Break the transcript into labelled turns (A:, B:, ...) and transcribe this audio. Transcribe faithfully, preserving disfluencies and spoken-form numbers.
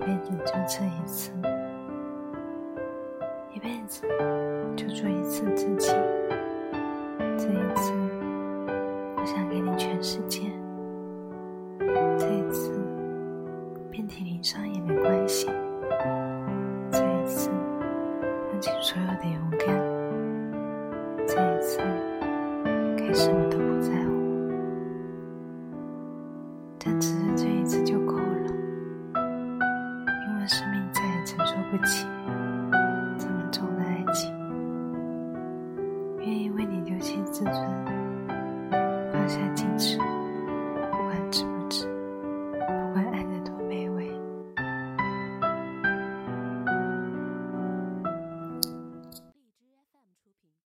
A: 辈子就这一次，一辈子就做一次自己。这一次，我想给你全世界。这一次，遍体鳞伤也没关系。这一次，用尽所有的勇敢。这一次，可以什么都不在乎。但只是这一次就够了，因为生命再也承受不起这么重的爱情。愿意为你丢弃自尊，